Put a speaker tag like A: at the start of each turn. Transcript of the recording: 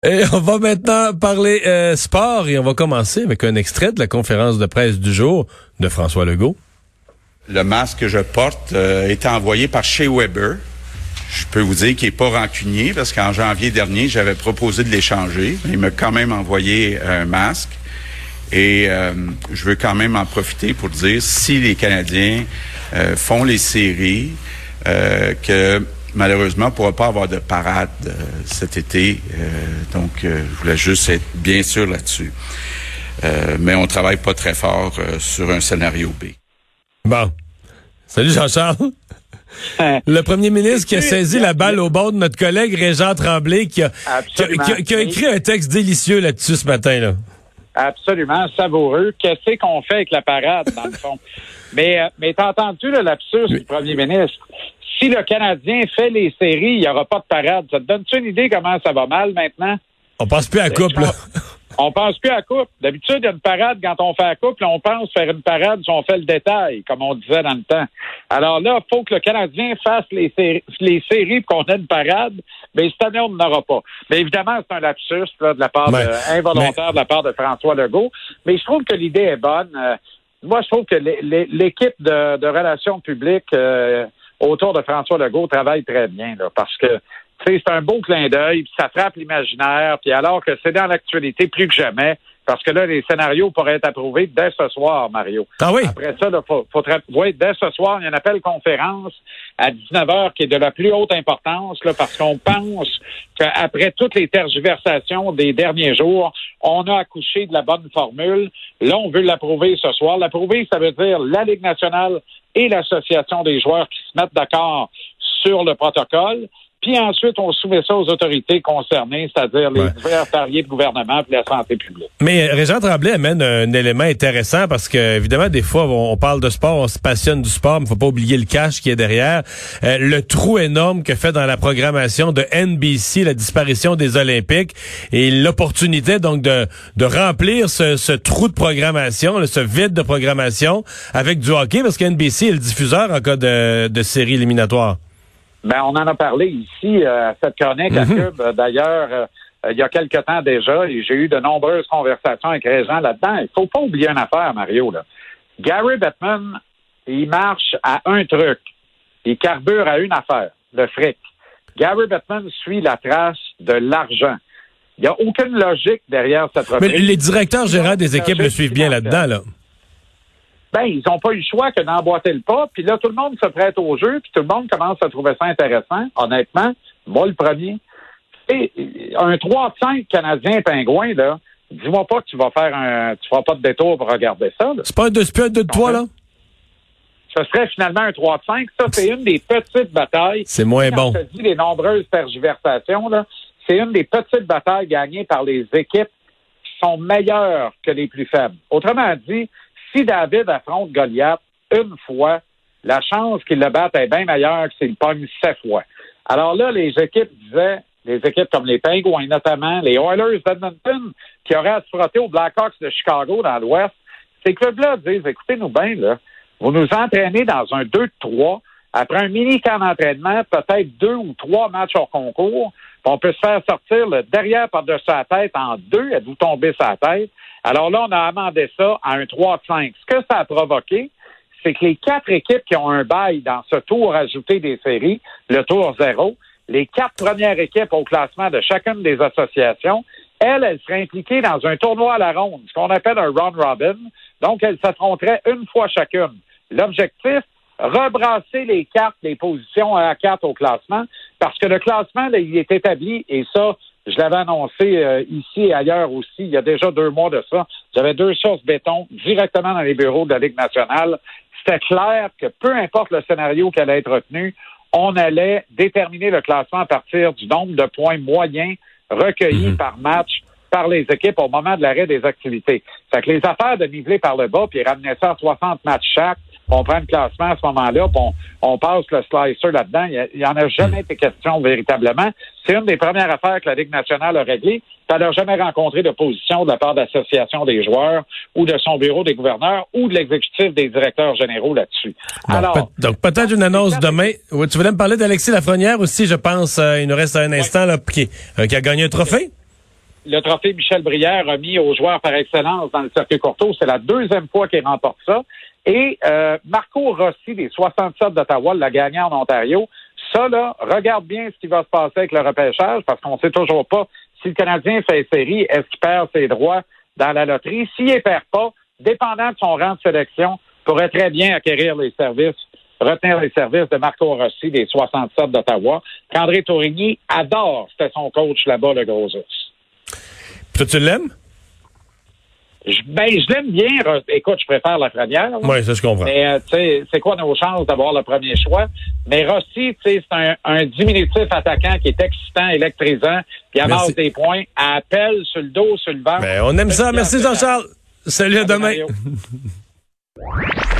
A: Et on va maintenant parler sport et on va commencer avec un extrait de la conférence de presse du jour de François Legault.
B: Le masque que je porte est envoyé par Shea Weber. Je peux vous dire qu'il n'est pas rancunier parce qu'en janvier dernier, j'avais proposé de l'échanger. Il m'a quand même envoyé un masque. Et je veux quand même en profiter pour dire, si les Canadiens font les séries, que malheureusement, on ne pourra pas avoir de parade cet été. Donc, je voulais juste être bien sûr là-dessus. Mais on travaille pas très fort sur un scénario B.
A: Bon. Salut Jean-Charles. Le premier ministre qui a saisi la balle au bord de notre collègue Régent Tremblay qui a écrit un texte délicieux là-dessus ce matin, là.
C: Absolument, savoureux. Qu'est-ce qu'on fait avec la parade, dans le fond? Mais t'as entendu le lapsus du premier ministre? Si le Canadien fait les séries, il n'y aura pas de parade. Ça te donne-tu une idée comment ça va mal maintenant?
A: On pense plus à la coupe, là.
C: On pense plus à la coupe. D'habitude, il y a une parade quand on fait la coupe, là, on pense faire une parade si on fait le détail, comme on disait dans le temps. Alors là, il faut que le Canadien fasse les séries pour qu'on ait une parade, mais cette année, on n'en aura pas. Mais évidemment, c'est un lapsus là, de la part involontaire de la part de François Legault. Mais je trouve que l'idée est bonne. Moi, je trouve que l'équipe de relations publiques autour de François Legault travaille très bien, là, parce que c'est un beau clin d'œil, puis ça frappe l'imaginaire, puis alors que c'est dans l'actualité plus que jamais, parce que là, les scénarios pourraient être approuvés dès ce soir, Mario.
A: Ah oui?
C: Après ça, dès ce soir, il y a une appel conférence à 19h qui est de la plus haute importance, là, parce qu'on pense qu'après toutes les tergiversations des derniers jours, on a accouché de la bonne formule. Là, on veut l'approuver ce soir. L'approuver, ça veut dire la Ligue nationale et l'Association des joueurs qui se mettent d'accord sur le protocole. Puis ensuite, on soumet ça aux autorités concernées, c'est-à-dire les divers paliers de gouvernement et la santé publique.
A: Mais Régent Tremblay amène un élément intéressant parce que, évidemment, des fois, on parle de sport, on se passionne du sport, mais il ne faut pas oublier le cash qui est derrière. Le trou énorme que fait dans la programmation de NBC la disparition des Olympiques et l'opportunité, donc, de remplir ce trou de programmation, ce vide de programmation avec du hockey parce que NBC est le diffuseur en cas de série éliminatoire.
C: Ben, on en a parlé ici, à cette chronique à Cube, d'ailleurs, il y a quelque temps déjà, et j'ai eu de nombreuses conversations avec Régent là-dedans. Il faut pas oublier une affaire, Mario, là. Gary Bettman, il marche à un truc. Il carbure à une affaire, le fric. Gary Bettman suit la trace de l'argent. Il n'y a aucune logique derrière cette reprise.
A: Mais les directeurs gérants des équipes le suivent bien là-dedans, là.
C: Ben, ils n'ont pas eu le choix que d'emboîter le pas, puis là, tout le monde se prête au jeu, puis tout le monde commence à trouver ça intéressant, honnêtement. Moi, le premier. Et un 3-5 Canadien-Pingouin, là, dis-moi pas que tu vas feras pas de détour pour regarder ça, là.
A: C'est pas un 2 de toi, là?
C: Ce serait finalement un 3-5. Ça, c'est une des petites batailles.
A: C'est moins bon.
C: Quand je te dis les nombreuses tergiversations, là, c'est une des petites batailles gagnées par les équipes qui sont meilleures que les plus faibles. Autrement dit, si David affronte Goliath une fois, la chance qu'il le batte est bien meilleure que s'il pogne 7 fois. Alors là, les équipes comme les Penguins notamment, les Oilers d'Edmonton, qui auraient à se frotter aux Blackhawks de Chicago dans l'Ouest, ces clubs-là disent, écoutez-nous bien, là, vous nous entraînez dans un 2-3, après un mini-camp d'entraînement, peut-être 2 ou 3 matchs hors concours, puis on peut se faire sortir le derrière par-dessus la tête en 2, êtes-vous tombé sur la tête? Alors là, on a amendé ça à un 3-5. Ce que ça a provoqué, c'est que les 4 équipes qui ont un bail dans ce tour ajouté des séries, le tour 0, les 4 premières équipes au classement de chacune des associations, elles seraient impliquées dans un tournoi à la ronde, ce qu'on appelle un round robin. Donc, elles s'affronteraient une fois chacune. L'objectif, rebrasser les positions à 4 au classement, parce que le classement, là, il est établi, et ça, je l'avais annoncé ici et ailleurs aussi, il y a déjà 2 mois de ça. J'avais 2 sources béton directement dans les bureaux de la Ligue nationale. C'était clair que peu importe le scénario qui allait être retenu, on allait déterminer le classement à partir du nombre de points moyens recueillis par match par les équipes au moment de l'arrêt des activités. Fait que les affaires de niveler par le bas puis ramener ça à 60 matchs chaque, on prend le classement à ce moment-là, puis on passe le slicer là-dedans. Il n'y en a jamais été question véritablement. C'est une des premières affaires que la Ligue nationale a réglées. Ça n'a jamais rencontré d'opposition de la part de l'Association des joueurs ou de son bureau des gouverneurs ou de l'exécutif des directeurs généraux là-dessus.
A: Donc peut-être une annonce demain. Oui, tu voulais me parler d'Alexis Lafrenière aussi, je pense. Il nous reste un instant là, qui a gagné un trophée?
C: le trophée Michel Brière remis aux joueurs par excellence dans le circuit Courtois. C'est la deuxième fois qu'il remporte ça. Et Marco Rossi, des 67 d'Ottawa, l'a gagné en Ontario. Ça, là, regarde bien ce qui va se passer avec le repêchage, parce qu'on ne sait toujours pas si le Canadien fait série, est-ce qu'il perd ses droits dans la loterie. S'il ne perd pas, dépendant de son rang de sélection, pourrait très bien acquérir les services, retenir les services de Marco Rossi, des 67 d'Ottawa, qu'André Tourigny adore. C'était son coach là-bas, le gros ours.
A: Toi, tu l'aimes?
C: Je l'aime bien. Écoute, je préfère la première.
A: Oui, ça, je comprends.
C: Mais, tu sais, c'est quoi nos chances d'avoir le premier choix? Mais Rossi, tu sais, c'est un diminutif attaquant qui est excitant, électrisant, qui amasse des points, appelle sur le dos, sur le ventre.
A: Ben, on aime ça. Merci, Jean-Charles. Salut, à demain.